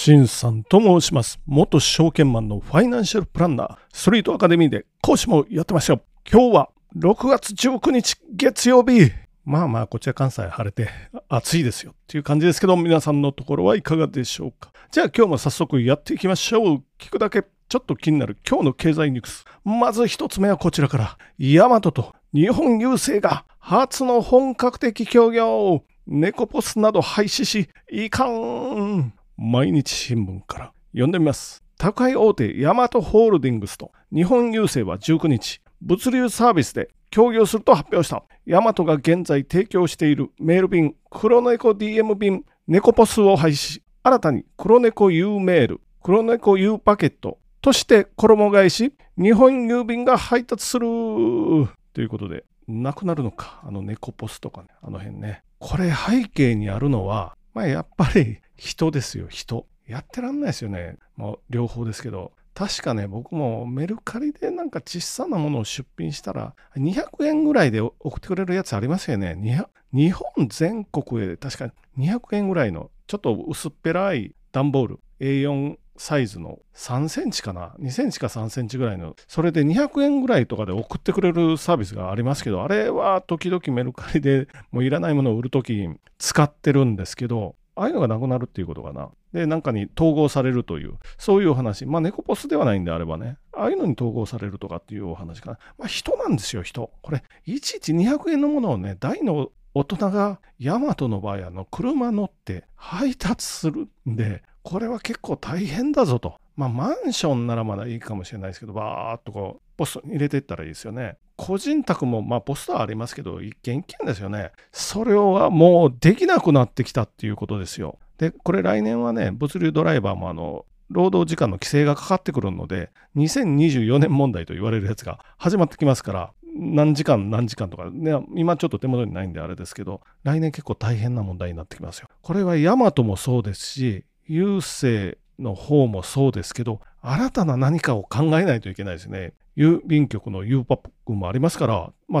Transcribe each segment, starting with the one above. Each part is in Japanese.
しんさんと申します。元証券マンのファイナンシャルプランナー、ストリートアカデミーで講師もやってますよ。今日は6月19日月曜日。こちら関西晴れて暑いですよっていう感じですけど、皆さんのところはいかがでしょうか。じゃあ今日も早速やっていきましょう。聞くだけちょっと気になる今日の経済ニュース。まず一つ目はこちらから。ヤマトと日本郵政が初の本格的協業。ネコポスなど廃止し、いかん。毎日新聞から読んでみます。宅配大手ヤマトホールディングスと日本郵政は19日、物流サービスで協業すると発表した。ヤマトが現在提供しているメール便、黒猫 DM 便、ネコポスを廃止し、新たに黒猫 U メール、黒猫 U パケットとして衣替えし、日本郵便が配達するということで、なくなるのか、ネコポスとかね、あの辺ね。これ背景にあるのは、やっぱり人ですよ、人。やってらんないですよね。両方ですけど。確かね、僕もメルカリでなんか小さなものを出品したら、200円ぐらいで送ってくれるやつありますよね。日本全国で確か200円ぐらいの、ちょっと薄っぺらい段ボール、A4 サイズの3センチかな、2センチか3センチぐらいの、それで200円ぐらいとかで送ってくれるサービスがありますけど、あれは時々メルカリでもういらないものを売るときに使ってるんですけど、ああいうのがなくなるっていうことかな。で、なんかに統合されるという、そういうお話。ネコポスではないんであればね、ああいうのに統合されるとかっていうお話かな。人なんですよ、人。これ、いちいち200円のものをね、大の大人がヤマトの場合、車乗って配達するんで、これは結構大変だぞと。マンションならまだいいかもしれないですけど、バーっとポストに入れていったらいいですよね。個人宅もポストはありますけど、一軒一軒ですよね。それはもうできなくなってきたっていうことですよ。で、これ来年はね、物流ドライバーも労働時間の規制がかかってくるので、2024年問題と言われるやつが始まってきますから、何時間とか、ね、今ちょっと手元にないんであれですけど、来年結構大変な問題になってきますよ。これはヤマトもそうですし、郵政の方もそうですけど、新たな何かを考えないといけないですね。郵便局の U パックもありますから、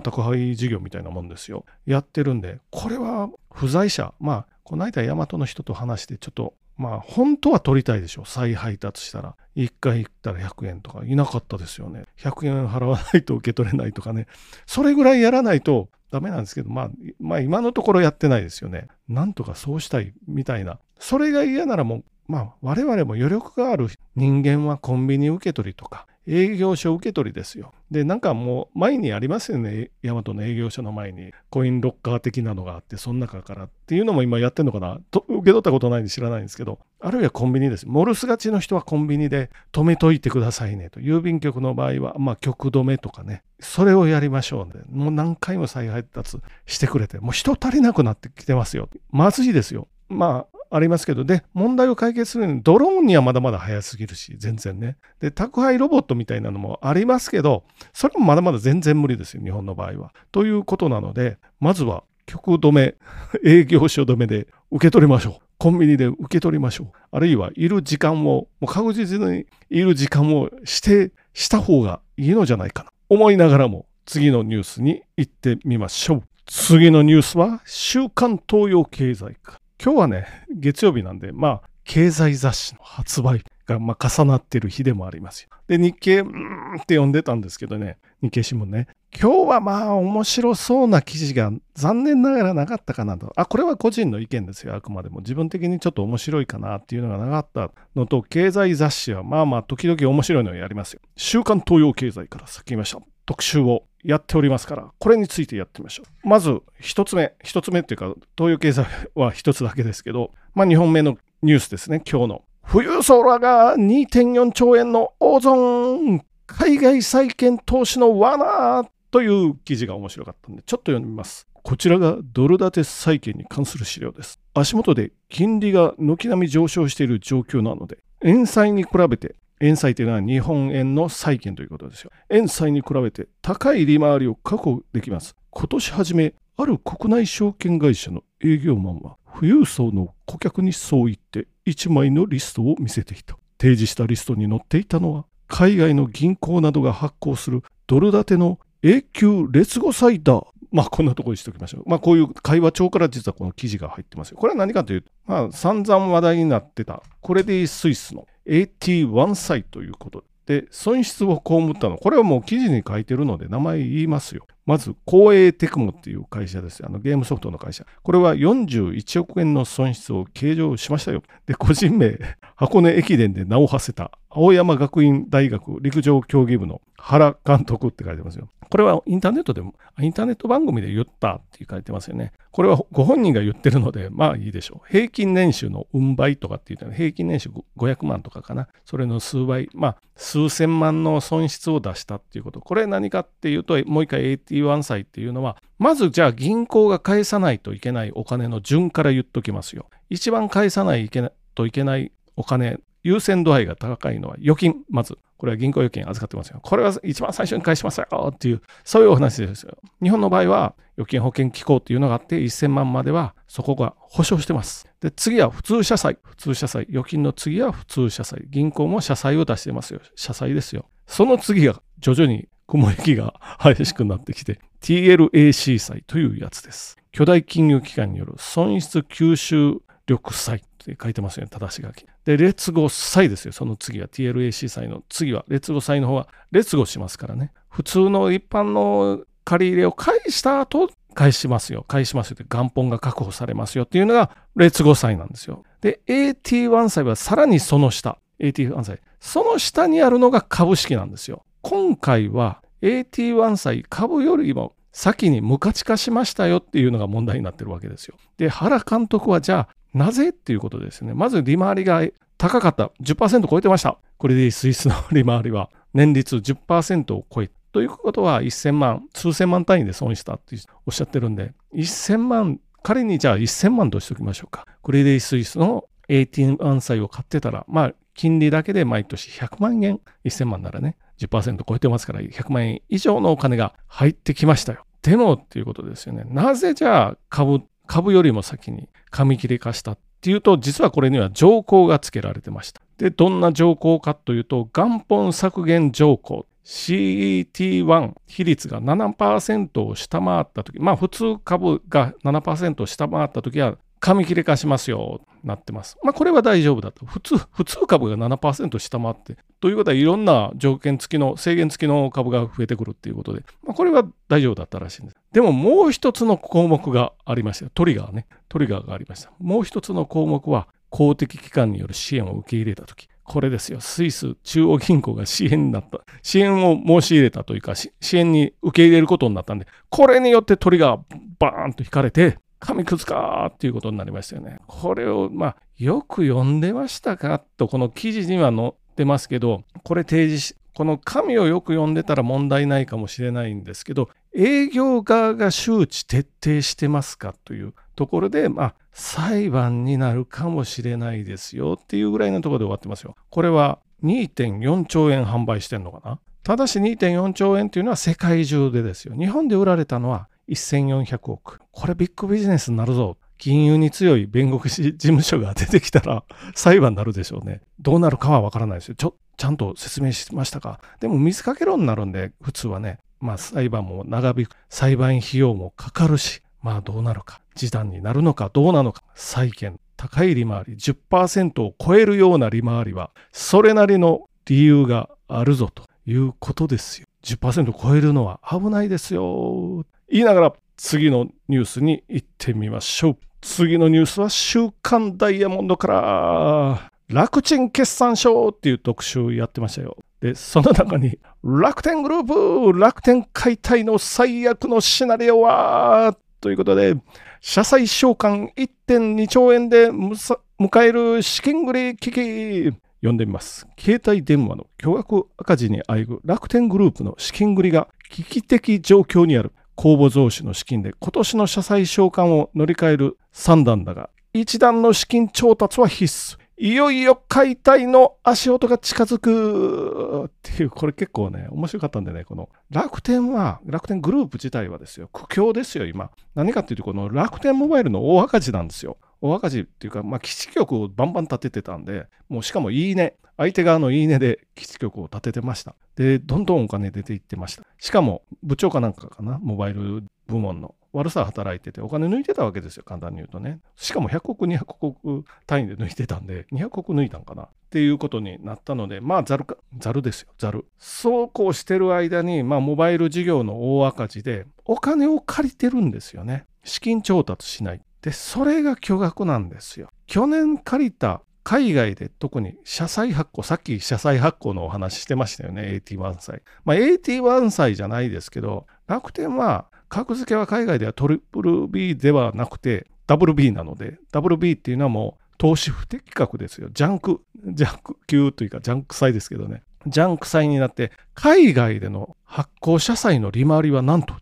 宅配事業みたいなもんですよ。やってるんで、これは不在者、この間ヤマトの人と話してちょっと、本当は取りたいでしょ。再配達したら。1回行ったら100円とかいなかったですよね。100円払わないと受け取れないとかね。それぐらいやらないとダメなんですけど、今のところやってないですよね。なんとかそうしたいみたいな。それが嫌ならもう、我々も余力がある人間はコンビニ受け取りとか営業所受け取りですよ。で、なんかもう前にありますよね。ヤマトの営業所の前にコインロッカー的なのがあって、その中からっていうのも今やってんのかなと、受け取ったことないんで知らないんですけど、あるいはコンビニです。モルス勝ちの人はコンビニで止めといてくださいねと。郵便局の場合は局止めとかね。それをやりましょうね。もう何回も再配達してくれて、もう人足りなくなってきてますよ。まずいですよ。ありますけど、で、問題を解決するのにドローンにはまだまだ早すぎるし、全然ね。で、宅配ロボットみたいなのもありますけど、それもまだまだ全然無理ですよ、日本の場合は。ということなので、まずは局止め、営業所止めで受け取りましょう。コンビニで受け取りましょう。あるいはいる時間を、もう確実にいる時間をした方がいいのじゃないかな。思いながらも、次のニュースに行ってみましょう。次のニュースは、週刊東洋経済か。今日はね、月曜日なんで、経済雑誌の発売が重なっている日でもありますよ。で、日経って読んでたんですけどね、日経新聞ね。今日は面白そうな記事が残念ながらなかったかなと。これは個人の意見ですよ、あくまでも。自分的にちょっと面白いかなっていうのがなかったのと、経済雑誌は時々面白いのをやりますよ。週刊東洋経済から先ました。特集をやっておりますから、これについてやってみましょう。まず一つ目っていうか、東洋経済は一つだけですけど、2本目のニュースですね、今日の。富裕層らが 2.4 兆円の大損、海外債券投資の罠という記事が面白かったので、ちょっと読んでみます。こちらがドル建て債券に関する資料です。足元で金利が軒並み上昇している状況なので、円債に比べて、円債というのは日本円の債券ということですよ。円債に比べて高い利回りを確保できます。今年初め、ある国内証券会社の営業マンは、富裕層の顧客にそう言って1枚のリストを見せていた。提示したリストに載っていたのは、海外の銀行などが発行するドル建ての永久劣後債だ。 まあこんなところにしておきましょう。まあこういう会話帳から実はこの記事が入ってますよ。これは何かというと、まあ散々話題になってたクレディ・スイスの AT1 債ということで、損失を被ったの。これはもう記事に書いてるので名前言いますよ。まず、光栄テクモっていう会社ですよ。ゲームソフトの会社。これは41億円の損失を計上しましたよ。で、個人名、箱根駅伝で名を馳せた青山学院大学陸上競技部の原監督って書いてますよ。これはインターネット番組で言ったって書いてますよね。これはご本人が言ってるので、まあいいでしょう。平均年収のうん倍とかって言ったら、平均年収500万とかかな。それの数倍、まあ数千万の損失を出したっていうこと。これ何かっていうと、もう一回 AT1 債っていうのは、まずじゃあ銀行が返さないといけないお金の順から言っときますよ。一番返さないといけないお金、優先度合いが高いのは預金、まず。これは銀行預金預かってますよ。これは一番最初に返しますよっていう、そういうお話ですよ。日本の場合は預金保険機構っていうのがあって1000万まではそこが保証してます。で、次は普通社債。預金の次は普通社債。銀行も社債を出してますよ。社債ですよ。その次が徐々に雲行きが激しくなってきて TLAC 債というやつです。巨大金融機関による損失吸収力債って書いてますよね、正し書き。で、劣後債ですよ。その次は TLAC 債の次は劣後債の方は劣後しますからね。普通の一般の借り入れを返した後、返しますよって元本が確保されますよっていうのが劣後債なんですよ。で、AT1 債はさらにその下。AT1 債。その下にあるのが株式なんですよ。今回は AT1 債株よりも先に無価値化しましたよっていうのが問題になってるわけですよ。で、原監督はじゃあなぜっていうことですね。まず利回りが高かった。10% 超えてました。これでスイスの利回りは年率 10% を超えということは1000万、数千万単位で損したっておっしゃってるんで、1000万、仮にじゃあ1000万としておきましょうか。クレディ・スイスのAT1 債を買ってたら、まあ金利だけで毎年100万円、1000万ならね、10% 超えてますから100万円以上のお金が入ってきましたよ。でもっていうことですよね。なぜじゃあ株よりも先に紙切れ化したっていうと、実はこれには条項が付けられてました。で、どんな条項かというと、元本削減条項 CET1 比率が 7% を下回ったとき、まあ普通株が 7% を下回ったときは紙切れ化しますよなってます。まあこれは大丈夫だと。普通株が 7% 下回って、ということはいろんな条件付きの、制限付きの株が増えてくるっていうことで、まあこれは大丈夫だったらしいんです。でももう一つの項目がありました。トリガーがありました。もう一つの項目は、公的機関による支援を受け入れたとき、これですよ。スイス中央銀行が支援を申し入れたというか、支援に受け入れることになったんで、これによってトリガーバーンと引かれて、紙くずかーっていうことになりましたよね。これを、まあ、よく読んでましたかと、この記事には載ってますけど、これこの紙をよく読んでたら問題ないかもしれないんですけど、営業側が周知徹底してますかというところで、まあ、裁判になるかもしれないですよっていうぐらいのところで終わってますよ。これは 2.4 兆円販売してんのかな。ただし 2.4 兆円っていうのは世界中でですよ。日本で売られたのは1400億。これビッグビジネスになるぞ。金融に強い弁護士事務所が出てきたら裁判になるでしょうね。どうなるかはわからないですよ。ちゃんと説明しましたか。でも水かけ論になるんで、普通はね、まあ裁判も長引く、裁判費用もかかるし、まあどうなるか、示談になるのかどうなのか、債券、高い利回り、10% を超えるような利回りは、それなりの理由があるぞということですよ。10% 超えるのは危ないですよ。言いながら次のニュースに行ってみましょう。次のニュースは週刊ダイヤモンドから楽ちん決算書っていう特集やってましたよ。で、その中に楽天グループ、楽天解体の最悪のシナリオはということで、社債償還 1.2 兆円で迎える資金繰り危機。読んでみます。携帯電話の巨額赤字にあえぐ楽天グループの資金繰りが危機的状況にある。公募増資の資金で今年の社債償還を乗り換える3段だが、1段の資金調達は必須。いよいよ解体の足音が近づくっていう、これ結構ね、面白かったんでね、この楽天グループ自体はですよ、苦境ですよ、今。何かっていうと、この楽天モバイルの大赤字なんですよ。大赤字っていうか、基地局をバンバン立ててたんで、もうしかもいいね。 相手側のいいねで基地局を立ててました。で、どんどんお金出ていってました。しかも、部長かなんかかな、モバイル部門の悪さ働いてて、お金抜いてたわけですよ、簡単に言うとね。しかも100億、200億単位で抜いてたんで、200億抜いたんかなっていうことになったので、まあ、ざるですよ、ざる。そうこうしてる間に、まあ、モバイル事業の大赤字で、お金を借りてるんですよね。資金調達しない。で、それが巨額なんですよ。去年借りた海外で特に社債発行、さっき社債発行のお話してましたよね、AT1 債。まあ AT1 債じゃないですけど、楽天は格付けは海外ではトリプル B ではなくてダブル B なので、ダブル B っていうのはもう投資不適格ですよ。ジャンク級というかジャンク債ですけどね。ジャンク債になって海外での発行社債の利回りはなんと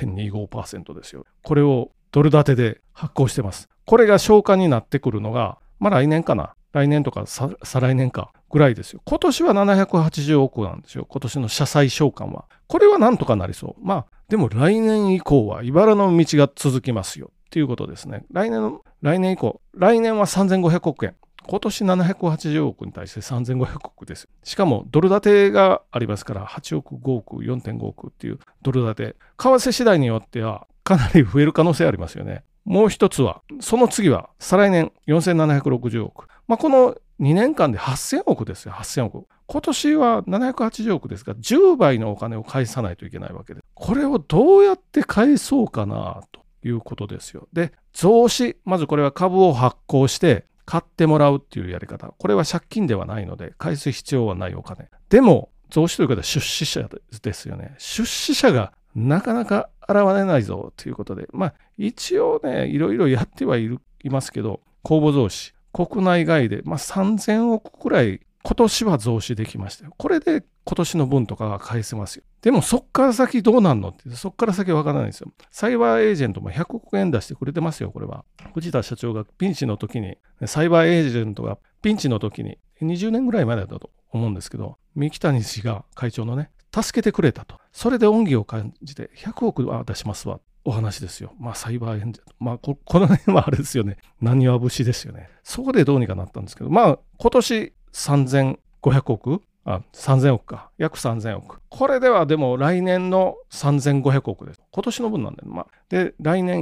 10.25% ですよ。これをドル建てで発行してます。これが償還になってくるのが、まあ来年かな。来年とか再来年かぐらいですよ。今年は780億なんですよ。今年の社債償還は。これはなんとかなりそう。まあ、でも来年以降は茨の道が続きますよっていうことですね。来年以降、来年は3500億円。今年780億に対して3500億です。しかもドル建てがありますから、8億、5億、4.5 億っていうドル建て。為替次第によってはかなり増える可能性ありますよね。もう一つは、その次は再来年4760億。まあ、この2年間で8000億ですよ、8000億。今年は780億ですが、10倍のお金を返さないといけないわけです。これをどうやって返そうかなということですよ。で、増資、まずこれは株を発行して買ってもらうっていうやり方。これは借金ではないので、返す必要はないお金。でも、増資ということは出資者ですよね。出資者がなかなか現れないぞということで、まあ一応ね、いろいろやってはいますけど、公募増資、国内外で、まあ、3000億くらい今年は増資できましたよ。これで今年の分とかが返せますよ。でもそっから先どうなんのって、そっから先わからないんですよ。サイバーエージェントも100億円出してくれてますよ、これは。藤田社長がピンチの時に、サイバーエージェントがピンチの時に、20年ぐらい前だと思うんですけど、三木谷氏が会長のね、助けてくれたと。それで恩義を感じて100億は出しますわ。お話ですよ。まあ、サイバーエージェント。まあ、この辺はあれですよね。何は節ですよね。そこでどうにかなったんですけど、まあ、今年3500億3000億か。約3000億。これではでも来年の3500億です。今年の分なんだよ。まあ、で、来年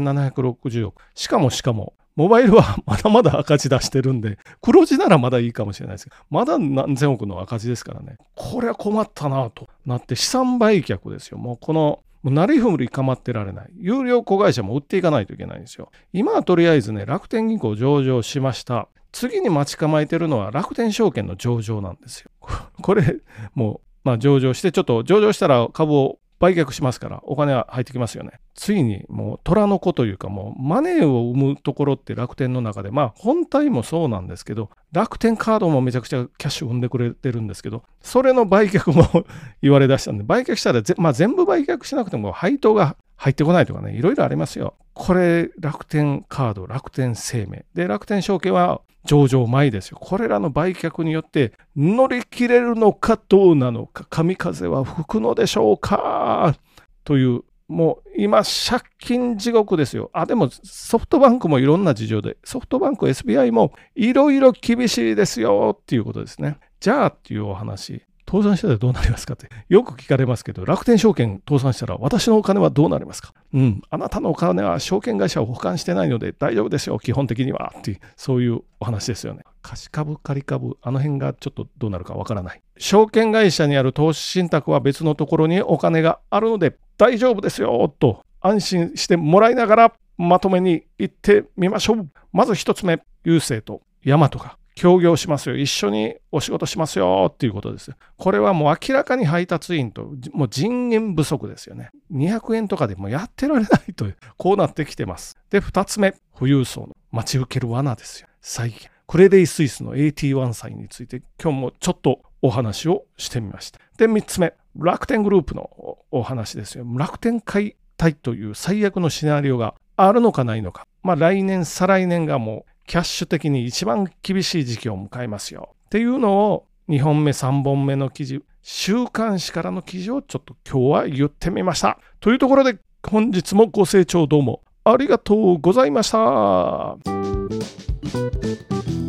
4760億。しかも、モバイルはまだまだ赤字出してるんで、黒字ならまだいいかもしれないですけど、まだ何千億の赤字ですからね。これは困ったなとなって資産売却ですよ。もうなりふり構ってられない。有料子会社も売っていかないといけないんですよ。今はとりあえずね、楽天銀行上場しました。次に待ち構えてるのは楽天証券の上場なんですよ。これ、もう、まあ上場して、ちょっと上場したら株を売却しますから、お金は入ってきますよね。ついにもう虎の子というか、もうマネーを生むところって楽天の中で、まあ本体もそうなんですけど、楽天カードもめちゃくちゃキャッシュ生んでくれてるんですけど、それの売却も言われ出したんで、売却したらまあ全部売却しなくても配当が入ってこないとかね、いろいろありますよ。これ、楽天カード、楽天生命。で、楽天証券は上場前ですよ。これらの売却によって乗り切れるのかどうなのか、神風は吹くのでしょうかという、もう今借金地獄ですよ。でもソフトバンクもいろんな事情で、ソフトバンク SBI もいろいろ厳しいですよっていうことですね。じゃあっていうお話。倒産したらどうなりますかってよく聞かれますけど、楽天証券倒産したら私のお金はどうなりますか？あなたのお金は証券会社を保管してないので大丈夫ですよ、基本的にはっていう、そういうお話ですよね。貸株、借株、あの辺がちょっとどうなるかわからない。証券会社にある投資信託は別のところにお金があるので大丈夫ですよと安心してもらいながらまとめに行ってみましょう。まず一つ目、郵政とヤマトが協業しますよ。一緒にお仕事しますよっていうことです。これはもう明らかに配達員ともう人員不足ですよね。200円とかでもやってられないという、こうなってきてます。で、2つ目、富裕層の待ち受ける罠ですよ。再現。クレデイスイスの AT1 債について今日もちょっとお話をしてみました。で、3つ目、楽天グループのお話ですよ。楽天解体という最悪のシナリオがあるのかないのか。来年、再来年がもうキャッシュ的に一番厳しい時期を迎えますよっていうのを2本目3本目の記事、週刊誌からの記事をちょっと今日は言ってみました。というところで本日もご清聴どうもありがとうございました。